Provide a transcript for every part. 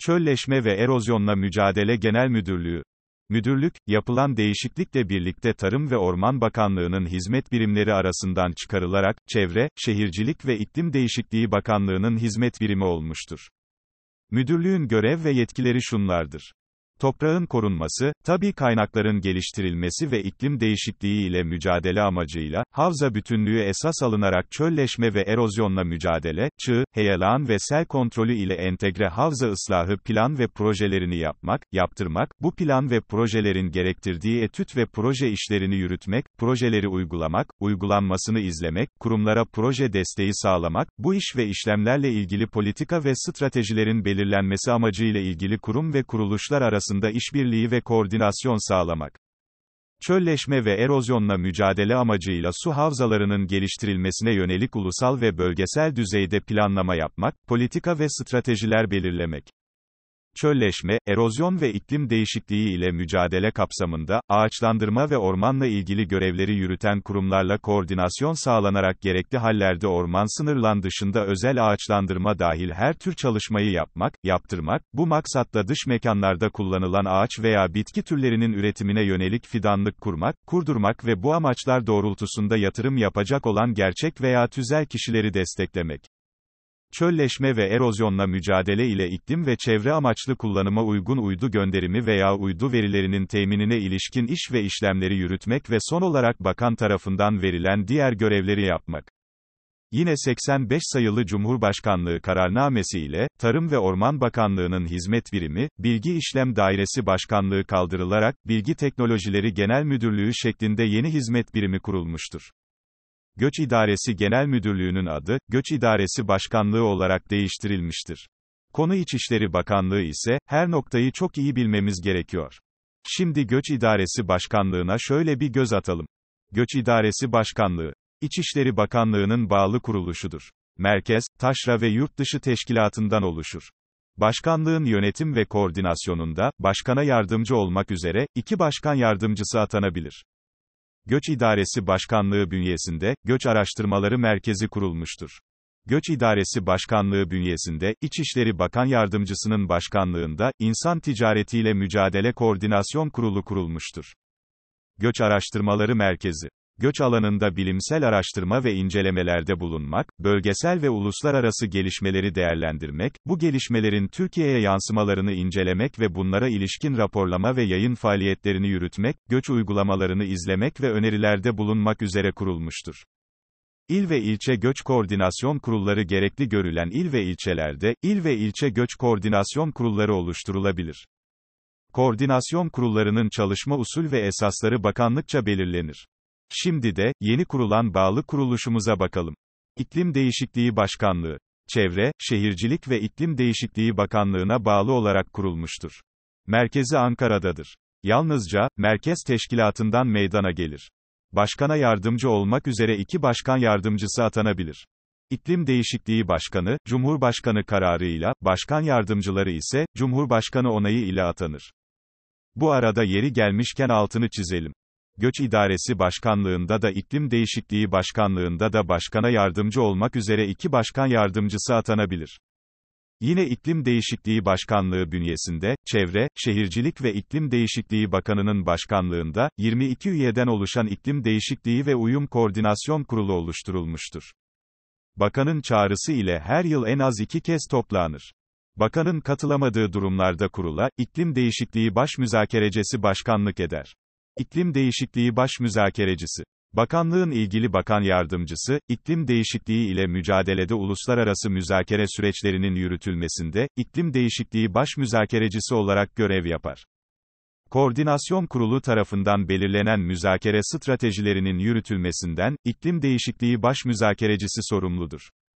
Çölleşme ve Erozyonla Mücadele Genel Müdürlüğü. Müdürlük, yapılan değişiklikle birlikte Tarım ve Orman Bakanlığı'nın hizmet birimleri arasından çıkarılarak, Çevre, Şehircilik ve İklim Değişikliği Bakanlığı'nın hizmet birimi olmuştur. Müdürlüğün görev ve yetkileri şunlardır: toprağın korunması, tabii kaynakların geliştirilmesi ve iklim değişikliği ile mücadele amacıyla, havza bütünlüğü esas alınarak çölleşme ve erozyonla mücadele, çığ, heyelan ve sel kontrolü ile entegre havza ıslahı plan ve projelerini yapmak, yaptırmak, bu plan ve projelerin gerektirdiği etüt ve proje işlerini yürütmek, projeleri uygulamak, uygulanmasını izlemek, kurumlara proje desteği sağlamak, bu iş ve işlemlerle ilgili politika ve stratejilerin belirlenmesi amacıyla ilgili kurum ve kuruluşlar arasında işbirliği ve koordinasyon sağlamak. Çölleşme ve erozyonla mücadele amacıyla su havzalarının geliştirilmesine yönelik ulusal ve bölgesel düzeyde planlama yapmak, politika ve stratejiler belirlemek. Çölleşme, erozyon ve iklim değişikliği ile mücadele kapsamında, ağaçlandırma ve ormanla ilgili görevleri yürüten kurumlarla koordinasyon sağlanarak gerekli hallerde orman sınırlan dışında özel ağaçlandırma dahil her tür çalışmayı yapmak, yaptırmak, bu maksatla dış mekanlarda kullanılan ağaç veya bitki türlerinin üretimine yönelik fidanlık kurmak, kurdurmak ve bu amaçlar doğrultusunda yatırım yapacak olan gerçek veya tüzel kişileri desteklemek. Çölleşme ve erozyonla mücadele ile iklim ve çevre amaçlı kullanıma uygun uydu gönderimi veya uydu verilerinin teminine ilişkin iş ve işlemleri yürütmek ve son olarak bakan tarafından verilen diğer görevleri yapmak. Yine 85 sayılı Cumhurbaşkanlığı kararnamesi ile, Tarım ve Orman Bakanlığı'nın hizmet birimi, Bilgi İşlem Dairesi Başkanlığı kaldırılarak, Bilgi Teknolojileri Genel Müdürlüğü şeklinde yeni hizmet birimi kurulmuştur. Göç İdaresi Genel Müdürlüğü'nün adı, Göç İdaresi Başkanlığı olarak değiştirilmiştir. Konu İçişleri Bakanlığı ise, her noktayı çok iyi bilmemiz gerekiyor. Şimdi Göç İdaresi Başkanlığı'na şöyle bir göz atalım. Göç İdaresi Başkanlığı, İçişleri Bakanlığı'nın bağlı kuruluşudur. Merkez, taşra ve yurtdışı teşkilatından oluşur. Başkanlığın yönetim ve koordinasyonunda, başkana yardımcı olmak üzere, 2 başkan yardımcısı atanabilir. Göç İdaresi Başkanlığı bünyesinde, Göç Araştırmaları Merkezi kurulmuştur. Göç İdaresi Başkanlığı bünyesinde, İçişleri Bakan Yardımcısının başkanlığında, İnsan Ticaretiyle Mücadele Koordinasyon Kurulu kurulmuştur. Göç Araştırmaları Merkezi, göç alanında bilimsel araştırma ve incelemelerde bulunmak, bölgesel ve uluslararası gelişmeleri değerlendirmek, bu gelişmelerin Türkiye'ye yansımalarını incelemek ve bunlara ilişkin raporlama ve yayın faaliyetlerini yürütmek, göç uygulamalarını izlemek ve önerilerde bulunmak üzere kurulmuştur. İl ve ilçe göç koordinasyon kurulları gerekli görülen il ve ilçelerde, il ve ilçe göç koordinasyon kurulları oluşturulabilir. Koordinasyon kurullarının çalışma usul ve esasları bakanlıkça belirlenir. Şimdi de, yeni kurulan bağlı kuruluşumuza bakalım. İklim Değişikliği Başkanlığı, Çevre, Şehircilik ve İklim Değişikliği Bakanlığı'na bağlı olarak kurulmuştur. Merkezi Ankara'dadır. Yalnızca, merkez teşkilatından meydana gelir. Başkana yardımcı olmak üzere 2 başkan yardımcısı atanabilir. İklim Değişikliği Başkanı, Cumhurbaşkanı kararıyla, başkan yardımcıları ise, Cumhurbaşkanı onayı ile atanır. Bu arada yeri gelmişken altını çizelim. Göç İdaresi Başkanlığında da İklim Değişikliği Başkanlığında da başkana yardımcı olmak üzere 2 başkan yardımcısı atanabilir. Yine İklim Değişikliği Başkanlığı bünyesinde, Çevre, Şehircilik ve İklim Değişikliği Bakanı'nın başkanlığında, 22 üyeden oluşan İklim Değişikliği ve Uyum Koordinasyon Kurulu oluşturulmuştur. Bakanın çağrısı ile her yıl en az 2 kez toplanır. Bakanın katılamadığı durumlarda kurula, İklim Değişikliği Başmüzakerecisi başkanlık eder. İklim Değişikliği Başmüzakerecisi, bakanlığın ilgili bakan yardımcısı, iklim değişikliği ile mücadelede uluslararası müzakere süreçlerinin yürütülmesinde, iklim değişikliği başmüzakerecisi olarak görev yapar. Koordinasyon Kurulu tarafından belirlenen müzakere stratejilerinin yürütülmesinden, iklim değişikliği başmüzakerecisi sorumludur.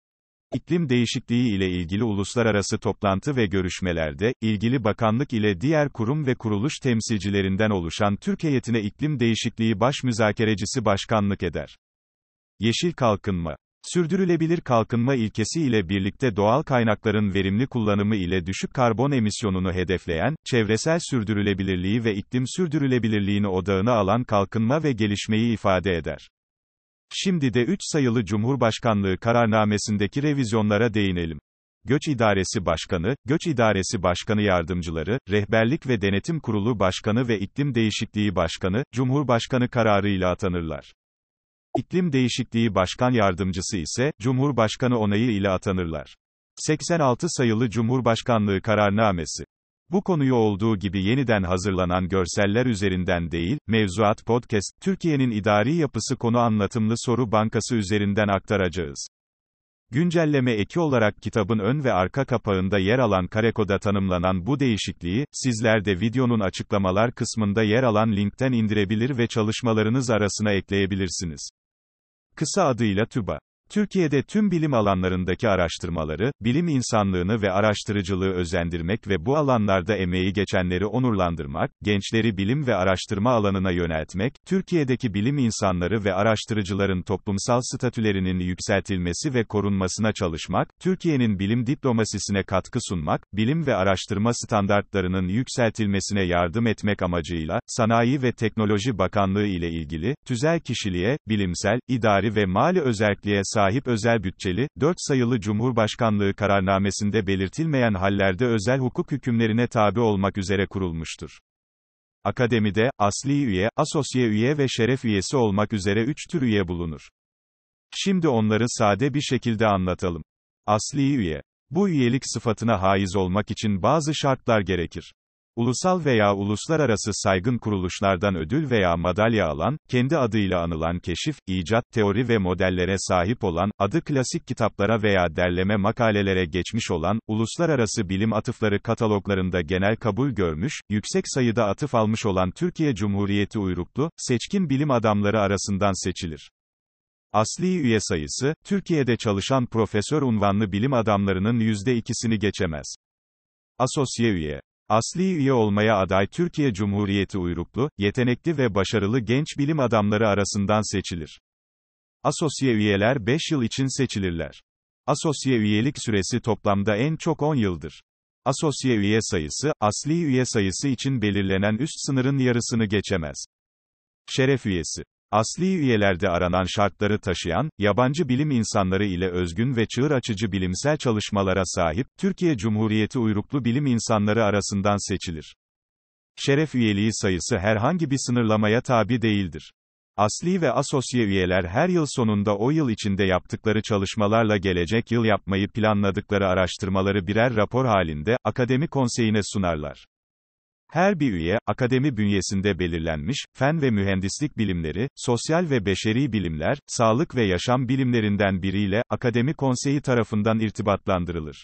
İklim değişikliği ile ilgili uluslararası toplantı ve görüşmelerde, ilgili bakanlık ile diğer kurum ve kuruluş temsilcilerinden oluşan Türk heyetine iklim değişikliği başmüzakerecisi başkanlık eder. Yeşil kalkınma, sürdürülebilir kalkınma ilkesi ile birlikte doğal kaynakların verimli kullanımı ile düşük karbon emisyonunu hedefleyen, çevresel sürdürülebilirliği ve iklim sürdürülebilirliğini odağına alan kalkınma ve gelişmeyi ifade eder. Şimdi de 3 sayılı Cumhurbaşkanlığı kararnamesindeki revizyonlara değinelim. Göç İdaresi Başkanı, Göç İdaresi Başkanı Yardımcıları, Rehberlik ve Denetim Kurulu Başkanı ve İklim Değişikliği Başkanı, Cumhurbaşkanı kararıyla atanırlar. İklim Değişikliği Başkan Yardımcısı ise, Cumhurbaşkanı onayı ile atanırlar. 86 sayılı Cumhurbaşkanlığı Kararnamesi. Bu konuyu olduğu gibi yeniden hazırlanan görseller üzerinden değil, Mevzuat Podcast, Türkiye'nin idari yapısı konu anlatımlı soru bankası üzerinden aktaracağız. Güncelleme eki olarak kitabın ön ve arka kapağında yer alan karekoda tanımlanan bu değişikliği, sizler de videonun açıklamalar kısmında yer alan linkten indirebilir ve çalışmalarınız arasına ekleyebilirsiniz. Kısa adıyla TÜBA. Türkiye'de tüm bilim alanlarındaki araştırmaları, bilim insanlığını ve araştırıcılığı özendirmek ve bu alanlarda emeği geçenleri onurlandırmak, gençleri bilim ve araştırma alanına yöneltmek, Türkiye'deki bilim insanları ve araştırıcıların toplumsal statülerinin yükseltilmesi ve korunmasına çalışmak, Türkiye'nin bilim diplomasisine katkı sunmak, bilim ve araştırma standartlarının yükseltilmesine yardım etmek amacıyla, Sanayi ve Teknoloji Bakanlığı ile ilgili, tüzel kişiliğe, bilimsel, idari ve mali özerkliğe sahip özel bütçeli, 4 sayılı Cumhurbaşkanlığı kararnamesinde belirtilmeyen hallerde özel hukuk hükümlerine tabi olmak üzere kurulmuştur. Akademide, asli üye, asosiye üye ve şeref üyesi olmak üzere 3 tür üye bulunur. Şimdi onları sade bir şekilde anlatalım. Asli üye. Bu üyelik sıfatına haiz olmak için bazı şartlar gerekir. Ulusal veya uluslararası saygın kuruluşlardan ödül veya madalya alan, kendi adıyla anılan keşif, icat, teori ve modellere sahip olan, adı klasik kitaplara veya derleme makalelere geçmiş olan, uluslararası bilim atıfları kataloglarında genel kabul görmüş, yüksek sayıda atıf almış olan Türkiye Cumhuriyeti uyruklu, seçkin bilim adamları arasından seçilir. Asli üye sayısı, Türkiye'de çalışan profesör unvanlı bilim adamlarının %2'sini geçemez. Asosiye üye. Asli üye olmaya aday Türkiye Cumhuriyeti uyruklu, yetenekli ve başarılı genç bilim adamları arasından seçilir. Asosiye üyeler 5 yıl için seçilirler. Asosiye üyelik süresi toplamda en çok 10 yıldır. Asosiye üye sayısı, asli üye sayısı için belirlenen üst sınırın yarısını geçemez. Şeref üyesi. Asli üyelerde aranan şartları taşıyan, yabancı bilim insanları ile özgün ve çığır açıcı bilimsel çalışmalara sahip, Türkiye Cumhuriyeti uyruklu bilim insanları arasından seçilir. Şeref üyeliği sayısı herhangi bir sınırlamaya tabi değildir. Asli ve asosiye üyeler her yıl sonunda o yıl içinde yaptıkları çalışmalarla gelecek yıl yapmayı planladıkları araştırmaları birer rapor halinde, akademi konseyine sunarlar. Her bir üye, akademi bünyesinde belirlenmiş, fen ve mühendislik bilimleri, sosyal ve beşeri bilimler, sağlık ve yaşam bilimlerinden biriyle, akademi konseyi tarafından irtibatlandırılır.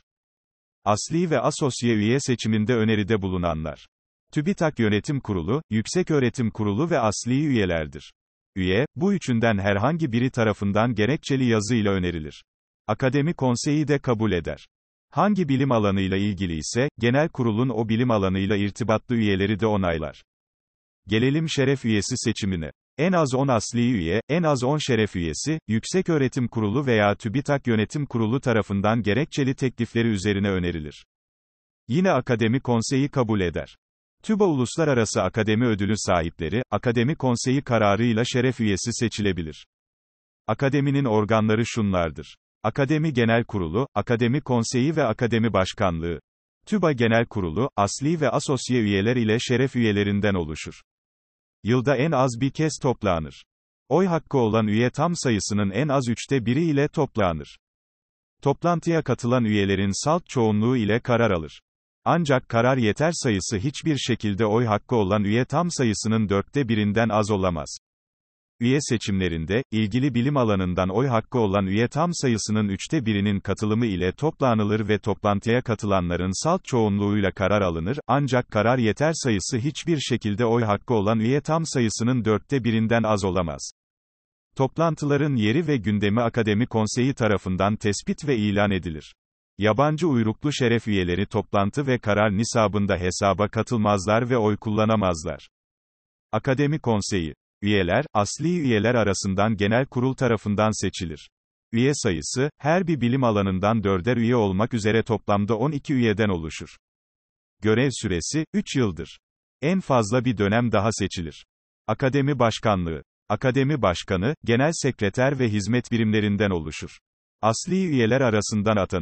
Asli ve asosiye üye seçiminde öneride bulunanlar. TÜBİTAK Yönetim Kurulu, Yükseköğretim Kurulu ve asli üyelerdir. Üye, bu üçünden herhangi biri tarafından gerekçeli yazıyla önerilir. Akademi konseyi de kabul eder. Hangi bilim alanıyla ilgili ise, genel kurulun o bilim alanıyla irtibatlı üyeleri de onaylar. Gelelim şeref üyesi seçimine. En az 10 asli üye, en az 10 şeref üyesi, Yükseköğretim Kurulu veya TÜBİTAK Yönetim Kurulu tarafından gerekçeli teklifleri üzerine önerilir. Yine akademi konseyi kabul eder. TÜBA Uluslararası Akademi Ödülü sahipleri, akademi konseyi kararıyla şeref üyesi seçilebilir. Akademinin organları şunlardır. Akademi Genel Kurulu, Akademi Konseyi ve Akademi Başkanlığı. TÜBA Genel Kurulu, asli ve asosiye üyeler ile şeref üyelerinden oluşur. Yılda en az bir kez toplanır. Oy hakkı olan üye tam sayısının en az 1/3 ile toplanır. Toplantıya katılan üyelerin salt çoğunluğu ile karar alır. Ancak karar yeter sayısı hiçbir şekilde oy hakkı olan üye tam sayısının 1/4'inden az olamaz. Üye seçimlerinde, ilgili bilim alanından oy hakkı olan üye tam sayısının 1/3'inin katılımı ile toplanılır ve toplantıya katılanların salt çoğunluğuyla karar alınır, ancak karar yeter sayısı hiçbir şekilde oy hakkı olan üye tam sayısının 1/4'inden az olamaz. Toplantıların yeri ve gündemi akademi konseyi tarafından tespit ve ilan edilir. Yabancı uyruklu şeref üyeleri toplantı ve karar nisabında hesaba katılmazlar ve oy kullanamazlar. Akademi konseyi. Üyeler, asli üyeler arasından genel kurul tarafından seçilir. Üye sayısı, her bir bilim alanından 4'er üye olmak üzere toplamda 12 üyeden oluşur. Görev süresi, 3 yıldır. En fazla bir dönem daha seçilir. Akademi Başkanlığı. Akademi Başkanı, Genel Sekreter ve hizmet birimlerinden oluşur. Asli üyeler arasından atanır.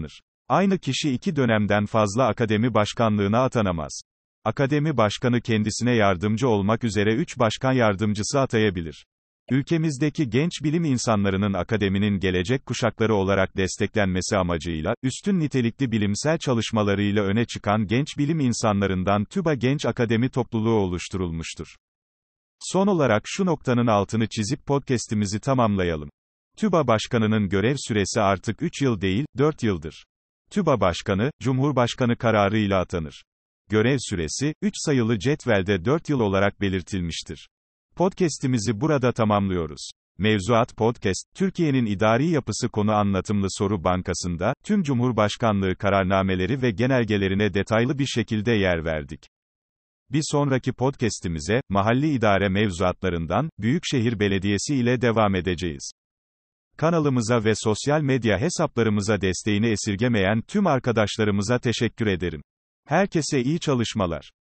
Aynı kişi iki dönemden fazla akademi başkanlığına atanamaz. Akademi başkanı kendisine yardımcı olmak üzere 3 başkan yardımcısı atayabilir. Ülkemizdeki genç bilim insanlarının akademinin gelecek kuşakları olarak desteklenmesi amacıyla, üstün nitelikli bilimsel çalışmalarıyla öne çıkan genç bilim insanlarından TÜBA Genç Akademi Topluluğu oluşturulmuştur. Son olarak şu noktanın altını çizip podcast'imizi tamamlayalım. TÜBA Başkanı'nın görev süresi artık 3 yıl değil, 4 yıldır. TÜBA Başkanı, Cumhurbaşkanı kararıyla atanır. Görev süresi, 3 sayılı cetvelde 4 yıl olarak belirtilmiştir. Podcast'imizi burada tamamlıyoruz. Mevzuat Podcast, Türkiye'nin idari yapısı konu anlatımlı soru bankasında, tüm Cumhurbaşkanlığı kararnameleri ve genelgelerine detaylı bir şekilde yer verdik. Bir sonraki podcast'imize, mahalli idare mevzuatlarından, Büyükşehir Belediyesi ile devam edeceğiz. Kanalımıza ve sosyal medya hesaplarımıza desteğini esirgemeyen tüm arkadaşlarımıza teşekkür ederim. Herkese iyi çalışmalar.